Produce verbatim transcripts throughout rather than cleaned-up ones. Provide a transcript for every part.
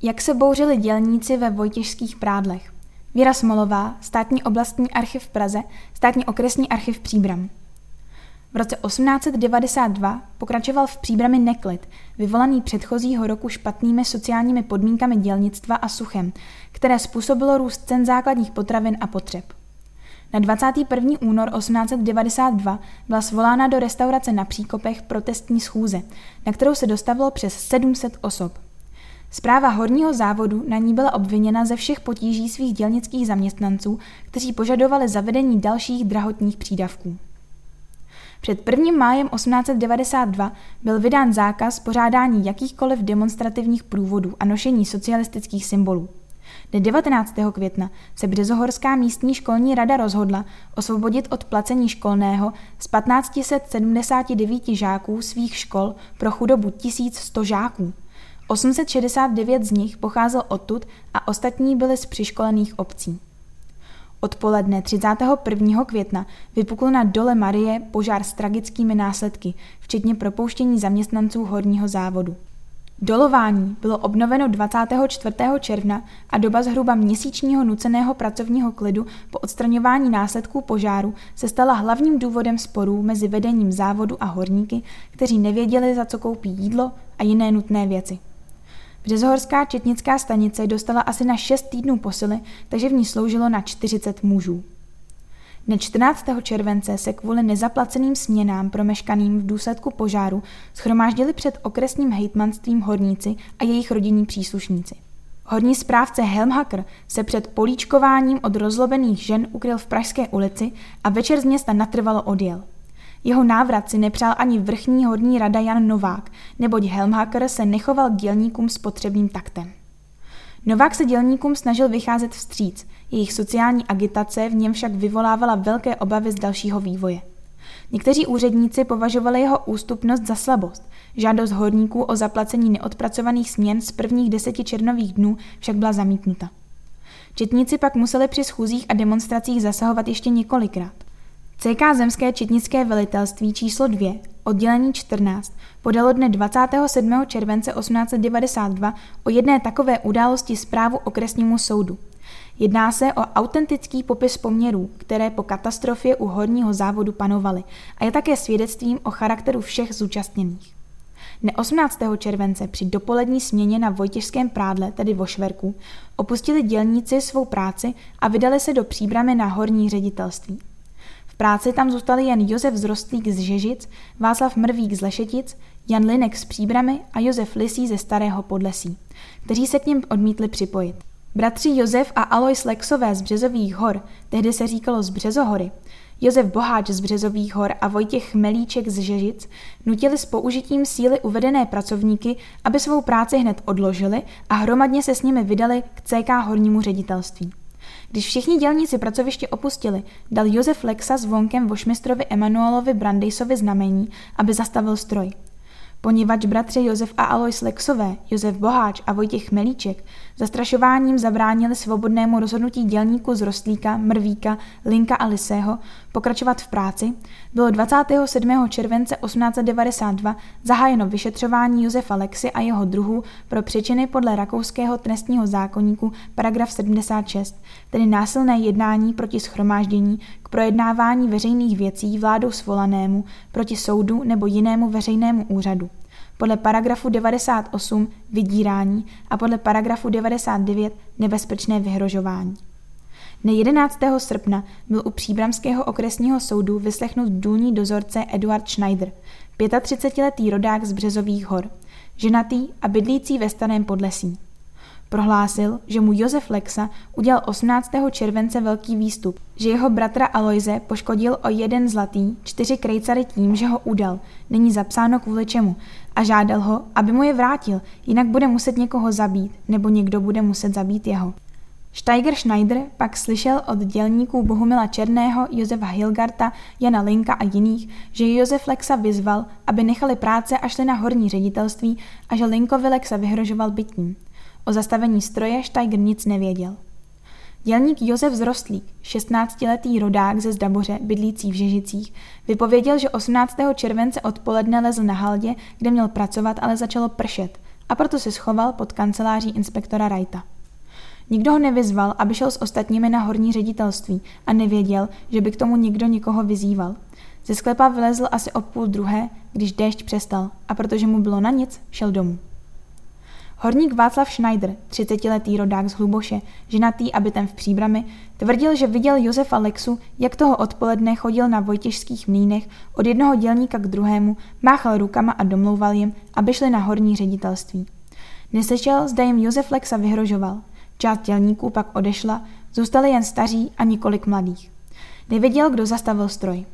Jak se bouřili dělníci ve Vojtěšských Prádlech. Věra Smolová, Státní oblastní archiv v Praze, Státní okresní archiv Příbram. V roce osmnáct set devadesát dva pokračoval v Příbrami neklid, vyvolaný předchozího roku špatnými sociálními podmínkami dělnictva a suchem, které způsobilo růst cen základních potravin a potřeb. Na dvacátý první únor osmnáct set devadesát dva byla svolána do restaurace na Příkopech protestní schůze, na kterou se dostavilo přes sedm set osob. Správa horního závodu na ní byla obviněna ze všech potíží svých dělnických zaměstnanců, kteří požadovali zavedení dalších drahotních přídavků. Před prvním májem osmnáct set devadesát dva byl vydán zákaz pořádání jakýchkoliv demonstrativních průvodů a nošení socialistických symbolů. Dne devatenáctého května se Březohorská místní školní rada rozhodla osvobodit od placení školného z patnáct set sedmdesát devět žáků svých škol pro chudobu tisíc sto žáků. osm set šedesát devět z nich pocházel odtud a ostatní byli z přiškolených obcí. Odpoledne třicátého prvního května vypukl na Dole Marie požár s tragickými následky, včetně propouštění zaměstnanců horního závodu. Dolování bylo obnoveno dvacátého čtvrtého června a doba zhruba měsíčního nuceného pracovního klidu po odstraňování následků požáru se stala hlavním důvodem sporů mezi vedením závodu a horníky, kteří nevěděli, za co koupí jídlo a jiné nutné věci. Březohorská četnická stanice dostala asi na šest týdnů posily, takže v ní sloužilo na čtyřicet mužů. Dne čtrnáctého července se kvůli nezaplaceným směnám promeškaným v důsledku požáru shromáždili před okresním hejtmanstvím horníci a jejich rodinní příslušníci. Horní správce Helmhacker se před políčkováním od rozlobených žen ukryl v Pražské ulici a večer z města natrvalo odjel. Jeho návrat si nepřál ani vrchní horní rada Jan Novák, neboť Helmhacker se nechoval k dělníkům s potřebným taktem. Novák se dělníkům snažil vycházet vstříc, jejich sociální agitace v něm však vyvolávala velké obavy z dalšího vývoje. Někteří úředníci považovali jeho ústupnost za slabost, žádost horníků o zaplacení neodpracovaných směn z prvních deseti červnových dnů však byla zamítnuta. Četníci pak museli při schůzích a demonstracích zasahovat ještě několikrát. C K Zemské četnické velitelství číslo dvě, oddělení čtrnáct, podalo dne dvacátého sedmého července osmnáct set devadesát dva o jedné takové události zprávu okresnímu soudu. Jedná se o autentický popis poměrů, které po katastrofě u horního závodu panovaly, a je také svědectvím o charakteru všech zúčastněných. Dne osmnáctého července při dopolední směně na Vojtěšském Prádle, tedy vo Šverku, opustili dělníci svou práci a vydali se do Příbramy na horní ředitelství. V práci tam zůstali jen Josef Zrostlík z Žežic, Václav Mrvík z Lešetic, Jan Linek z Příbramy a Josef Lisý ze Starého Podlesí, kteří se k nim odmítli připojit. Bratři Josef a Alois Lexové z Březových hor, tehdy se říkalo z Březohory, Josef Boháč z Březových hor a Vojtěch Chmelíček z Žežic nutili s použitím síly uvedené pracovníky, aby svou práci hned odložili a hromadně se s nimi vydali k C K hornímu ředitelství. Když všichni dělníci pracoviště opustili, dal Josef Lexa s vonkem vošmistrovi Emanuelovi Brandejsovi znamení, aby zastavil stroj. Poněvadž bratři Josef a Alois Lexové, Josef Boháč a Vojtěch Chmelíček zastrašováním zabránili svobodnému rozhodnutí dělníků z Rostlíka, Mrvíka, Linka a Lisého pokračovat v práci, bylo dvacátého sedmého července osmnáct set devadesát dva zahájeno vyšetřování Josefa Lexy a jeho druhů pro přečiny podle rakouského trestního zákoníku paragraf sedmdesát šest, tedy násilné jednání proti shromáždění k projednávání veřejných věcí vládou svolanému proti soudu nebo jinému veřejnému úřadu. Podle paragrafu devadesát osm vydírání a podle paragrafu devadesát devět nebezpečné vyhrožování. Dne jedenáctého srpna byl u Příbramského okresního soudu vyslechnut důlní dozorce Eduard Schneider, třicetiletý rodák z Březových hor, ženatý a bydlící ve Starém Podlesí. Prohlásil, že mu Josef Lexa udělal osmnáctého července velký výstup, že jeho bratra Aloise poškodil o jeden zlatý, čtyři krejcary tím, že ho udal, není zapsáno kvůli čemu, a žádal ho, aby mu je vrátil, jinak bude muset někoho zabít, nebo někdo bude muset zabít jeho. Steiger Schneider pak slyšel od dělníků Bohumila Černého, Josefa Hilgarta, Jana Linka a jiných, že Josef Lexa vyzval, aby nechali práce a šli na horní ředitelství a že Linkovi Lexa vyhrožoval bytím. O zastavení stroje Steiger nic nevěděl. Dělník Josef Zrostlík, šestnáctiletý rodák ze Zdaboře, bydlící v Žežicích, vypověděl, že osmnáctého července odpoledne lezl na haldě, kde měl pracovat, ale začalo pršet a proto se schoval pod kanceláří inspektora Wrighta. Nikdo ho nevyzval, aby šel s ostatními na horní ředitelství a nevěděl, že by k tomu někdo někoho vyzýval. Ze sklepa vylezl asi o půl druhé, když déšť přestal a protože mu bylo na nic, šel domů. Horník Václav Schneider, třicetiletý rodák z Hluboše, ženatý a bytem v Příbrami, tvrdil, že viděl Josefa Lexu, jak toho odpoledne chodil na Vojtěšských mlýnech od jednoho dělníka k druhému, máchal rukama a domlouval jim, aby šli na horní ředitelství. Neslyšel, zda jim Josef Lexa vyhrožoval. Část dělníků pak odešla, zůstali jen staří a několik mladých. Nevěděl, kdo zastavil stroj.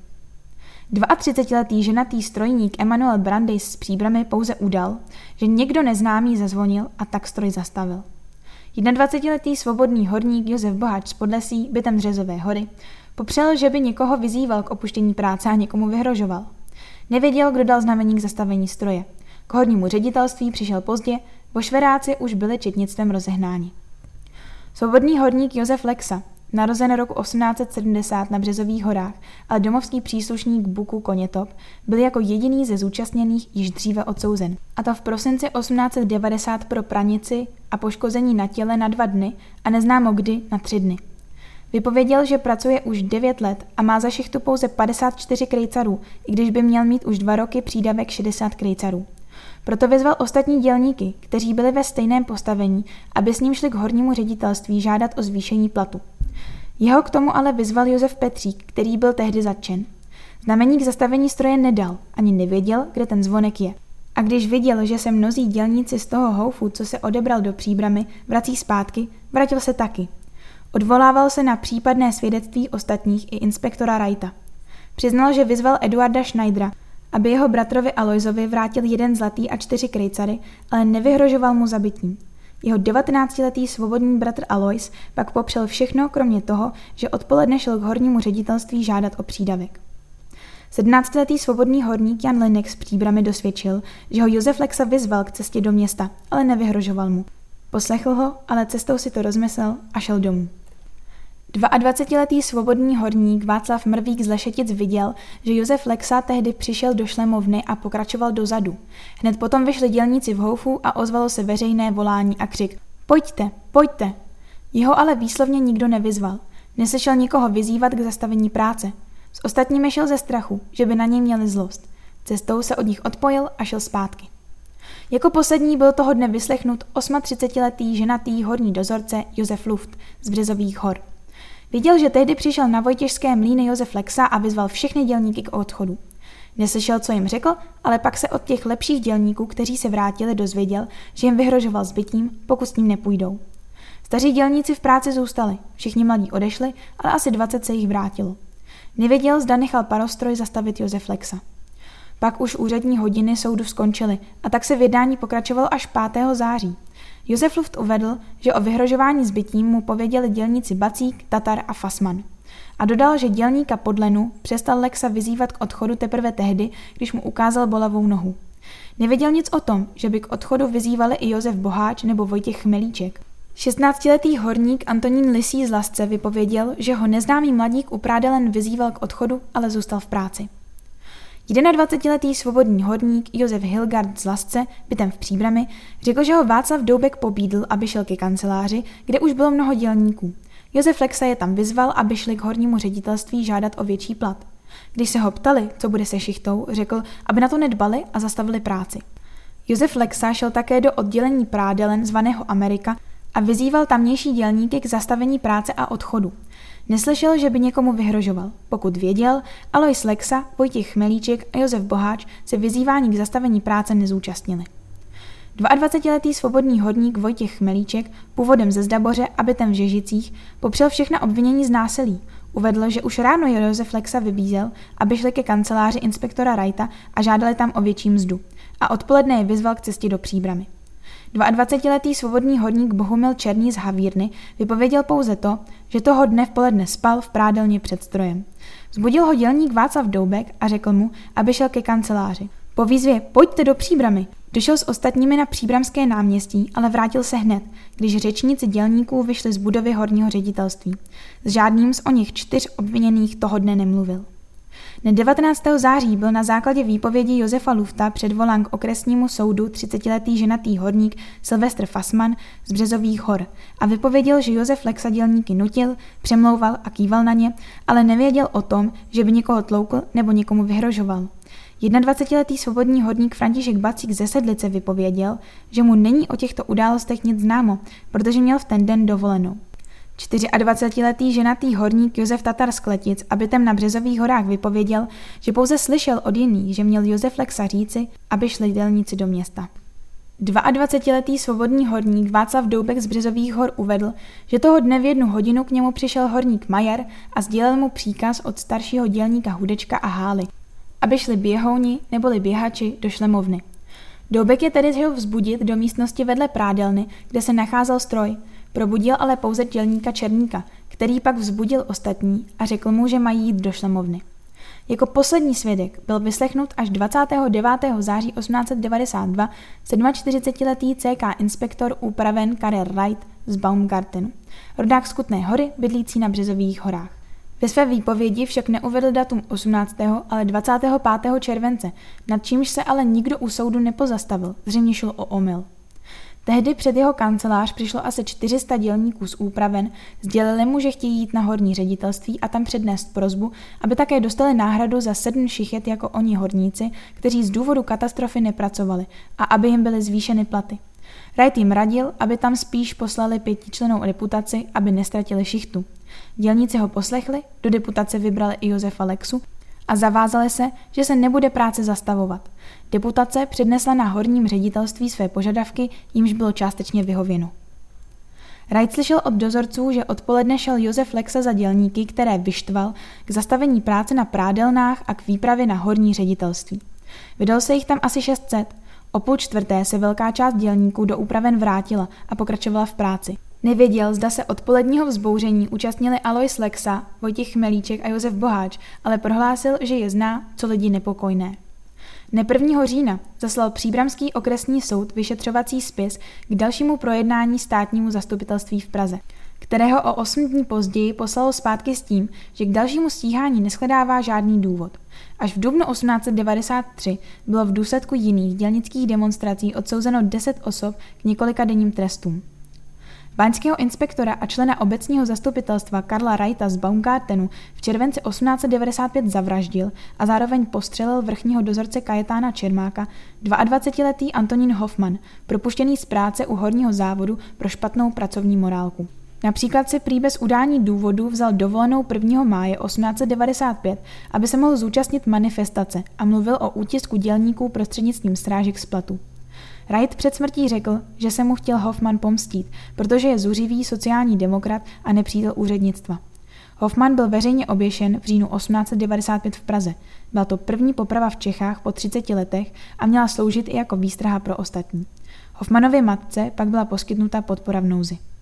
třicetiletý ženatý strojník Emanuel Brandejs z Příbrami pouze udal, že někdo neznámý zazvonil a tak stroj zastavil. dvacetijednoletý svobodný horník Josef Boháč z Podlesí, bytem Březové hory, popřel, že by někoho vyzýval k opuštění práce a někomu vyhrožoval. Nevěděl, kdo dal znamení k zastavení stroje. K hornímu ředitelství přišel pozdě, vošveráci už byli četnictvem rozehnáni. Svobodný horník Josef Lexa, narozen roku osmnáct set sedmdesát na Březových horách, ale domovský příslušník Buku Konětop, byl jako jediný ze zúčastněných již dříve odsouzen. A to v prosinci osmnáct set devadesát pro pranici a poškození na těle na dva dny a neznámo kdy na tři dny. Vypověděl, že pracuje už devět let a má za šichtu pouze padesát čtyři krejcarů, i když by měl mít už dva roky přídavek šedesát krejcarů. Proto vyzval ostatní dělníky, kteří byli ve stejném postavení, aby s ním šli k hornímu ředitelství žádat o zvýšení platu. Jeho k tomu ale vyzval Josef Petřík, který byl tehdy zatčen. Znamení k zastavení stroje nedal, ani nevěděl, kde ten zvonek je. A když viděl, že se mnozí dělníci z toho houfu, co se odebral do Příbramy, vrací zpátky, vrátil se taky. Odvolával se na případné svědectví ostatních i inspektora Wrighta. Přiznal, že vyzval Eduarda Schneidera, aby jeho bratrovi Alojzovi vrátil jeden zlatý a čtyři krejcary, ale nevyhrožoval mu zabitím. Jeho devatenáctiletý svobodný bratr Alojz pak popřel všechno, kromě toho, že odpoledne šel k hornímu ředitelství žádat o přídavek. sedmnáctiletý svobodný horník Jan Linek z Příbramy dosvědčil, že ho Josef Lexa vyzval k cestě do města, ale nevyhrožoval mu. Poslechl ho, ale cestou si to rozmyslel a šel domů. dvacetiletý svobodný horník Václav Mrvík z Lešetic viděl, že Josef Lexa tehdy přišel do šlemovny a pokračoval dozadu. Hned potom vyšli dělníci v houfu a ozvalo se veřejné volání a křik: Pojďte, pojďte! Jeho ale výslovně nikdo nevyzval. Neslyšel nikoho vyzývat k zastavení práce. S ostatními šel ze strachu, že by na něj měli zlost. Cestou se od nich odpojil a šel zpátky. Jako poslední byl toho dne vyslechnut třicetiosmiletý ženatý horní dozorce Josef Luft z Březových hor. Viděl, že tehdy přišel na Vojtěšské mlýny Josef Lexa a vyzval všechny dělníky k odchodu. Neslyšel, co jim řekl, ale pak se od těch lepších dělníků, kteří se vrátili, dozvěděl, že jim vyhrožoval zbytím, pokud s ním nepůjdou. Staří dělníci v práci zůstali, všichni mladí odešli, ale asi dvacet se jich vrátilo. Nevěděl, zda nechal parostroj zastavit Josef Lexa. Pak už úřední hodiny soudu skončily a tak se v jednání pokračovalo až pátého září. Josef Luft uvedl, že o vyhrožování zbytím mu pověděli dělníci Bacík, Tatar a Fasman. A dodal, že dělníka Podlenu přestal Lexa vyzývat k odchodu teprve tehdy, když mu ukázal bolavou nohu. Nevěděl nic o tom, že by k odchodu vyzývali i Josef Boháč nebo Vojtěch Chmelíček. šestnáctiletý horník Antonín Lisý z Lasce vypověděl, že ho neznámý mladík u Prádelen vyzýval k odchodu, ale zůstal v práci. dvacetijednoletý svobodný horník Josef Hilgard z Lasce, bytem v Příbrami, řekl, že ho Václav Doubek pobídl, aby šel ke kanceláři, kde už bylo mnoho dělníků. Josef Lexa je tam vyzval, aby šli k hornímu ředitelství žádat o větší plat. Když se ho ptali, co bude se šichtou, řekl, aby na to nedbali a zastavili práci. Josef Lexa šel také do oddělení Prádelen zvaného Amerika a vyzýval tamnější dělníky k zastavení práce a odchodu. Neslyšel, že by někomu vyhrožoval. Pokud věděl, Alojz Lexa, Vojtěch Chmelíček a Josef Boháč se vyzývání k zastavení práce nezúčastnili. dvacetiletý svobodný horník Vojtěch Chmelíček, původem ze Zdaboře a bytem v Žežicích, popřel všechna obvinění z násilí. Uvedl, že už ráno Josef Lexa vybízel, aby šli ke kanceláři inspektora Wrighta a žádali tam o větší mzdu. A odpoledne je vyzval k cestě do Příbramy. dvacetiletý svobodný horník Bohumil Černý z Havírny vypověděl pouze to, že toho dne v poledne spal v prádelně před strojem. Vzbudil ho dělník Václav Doubek a řekl mu, aby šel ke kanceláři. Po výzvě "Pojďte do Příbramy" došel s ostatními na Příbramské náměstí, ale vrátil se hned, když řečníci dělníků vyšli z budovy horního ředitelství. S žádným z oněch čtyř obviněných toho dne nemluvil. Dne devatenáctého září byl na základě výpovědi Josefa Lufta předvolán k okresnímu soudu třicetiletý ženatý horník Silvestr Fassmann z Březových hor a vypověděl, že Josef Lexa dělníky nutil, přemlouval a kýval na ně, ale nevěděl o tom, že by někoho tloukl nebo někomu vyhrožoval. dvacetiletý svobodný horník František Bacík ze Sedlice vypověděl, že mu není o těchto událostech nic známo, protože měl v ten den dovolenou. dvacetičtyřletý ženatý horník Josef Tatar z Kletic a bytem na Březových horách vypověděl, že pouze slyšel od jiných, že měl Josef Lexa říci, aby šli dělníci do města. dvacetiletý svobodný horník Václav Doubek z Březových hor uvedl, že toho dne v jednu hodinu k němu přišel horník Majer a sdělil mu příkaz od staršího dělníka Hudečka a Hály, aby šli běhouni neboli běhači do šlemovny. Doubek je tedy šel vzbudit do místnosti vedle prádelny, kde se nacházel stroj. Probudil ale pouze dělníka Černíka, který pak vzbudil ostatní a řekl mu, že mají jít do šlemovny. Jako poslední svědek byl vyslechnut až dvacátého devátého září osmnáct set devadesát dva čtyřicetisedmiletý C K inspektor úpraven Karel Wright z Baumgartenu, rodák z Kutné Hory, bydlící na Březových horách. Ve své výpovědi však neuvedl datum osmnáctého ale dvacátého pátého července, nad čímž se ale nikdo u soudu nepozastavil, zřejmě šlo o omyl. Tehdy před jeho kancelář přišlo asi čtyři sta dělníků z úpraven, sdělili mu, že chtějí jít na horní ředitelství a tam přednést prosbu, aby také dostali náhradu za sedm šichet jako oni horníci, kteří z důvodu katastrofy nepracovali a aby jim byly zvýšeny platy. Wright jim radil, aby tam spíš poslali pětičlennou deputaci, aby nestratili šichtu. Dělníci ho poslechli, do deputace vybrali i Josefa Lexu a zavázali se, že se nebude práce zastavovat. Deputace přednesla na horním ředitelství své požadavky, jimž bylo částečně vyhověno. Wright slyšel od dozorců, že odpoledne šel Josef Lexa za dělníky, které vyštval, k zastavení práce na prádelnách a k výpravě na horní ředitelství. Vydal se jich tam asi šest set. O půl čtvrté se velká část dělníků do úpraven vrátila a pokračovala v práci. Nevěděl, zda se odpoledního vzbouření účastnili Alois Lexa, Vojtěch Chmelíček a Josef Boháč, ale prohlásil, že je zná, co lidi nepokojné. Dne prvního října zaslal Příbramský okresní soud vyšetřovací spis k dalšímu projednání státnímu zastupitelství v Praze, kterého o osm dní později poslalo zpátky s tím, že k dalšímu stíhání neshledává žádný důvod. Až v dubnu osmnáct set devadesát tři bylo v důsledku jiných dělnických demonstrací odsouzeno deset osob k několika denním trestům. Báňského inspektora a člena obecního zastupitelstva Karla Wrighta z Baumgartenu v červenci osmnáct set devadesát pět zavraždil a zároveň postřelil vrchního dozorce Kajetána Čermáka dvacetiletý Antonín Hoffmann, propuštěný z práce u horního závodu pro špatnou pracovní morálku. Například si prý bez udání důvodu vzal dovolenou prvního máje osmnáct set devadesát pět, aby se mohl zúčastnit manifestace a mluvil o útisku dělníků prostřednictvím srážek z platu. Wright před smrtí řekl, že se mu chtěl Hoffmann pomstít, protože je zuřivý sociální demokrat a nepřítel úřednictva. Hoffmann byl veřejně oběšen v říjnu osmnáct set devadesát pět v Praze. Byla to první poprava v Čechách po třiceti letech a měla sloužit i jako výstraha pro ostatní. Hoffmannově matce pak byla poskytnuta podpora v nouzi.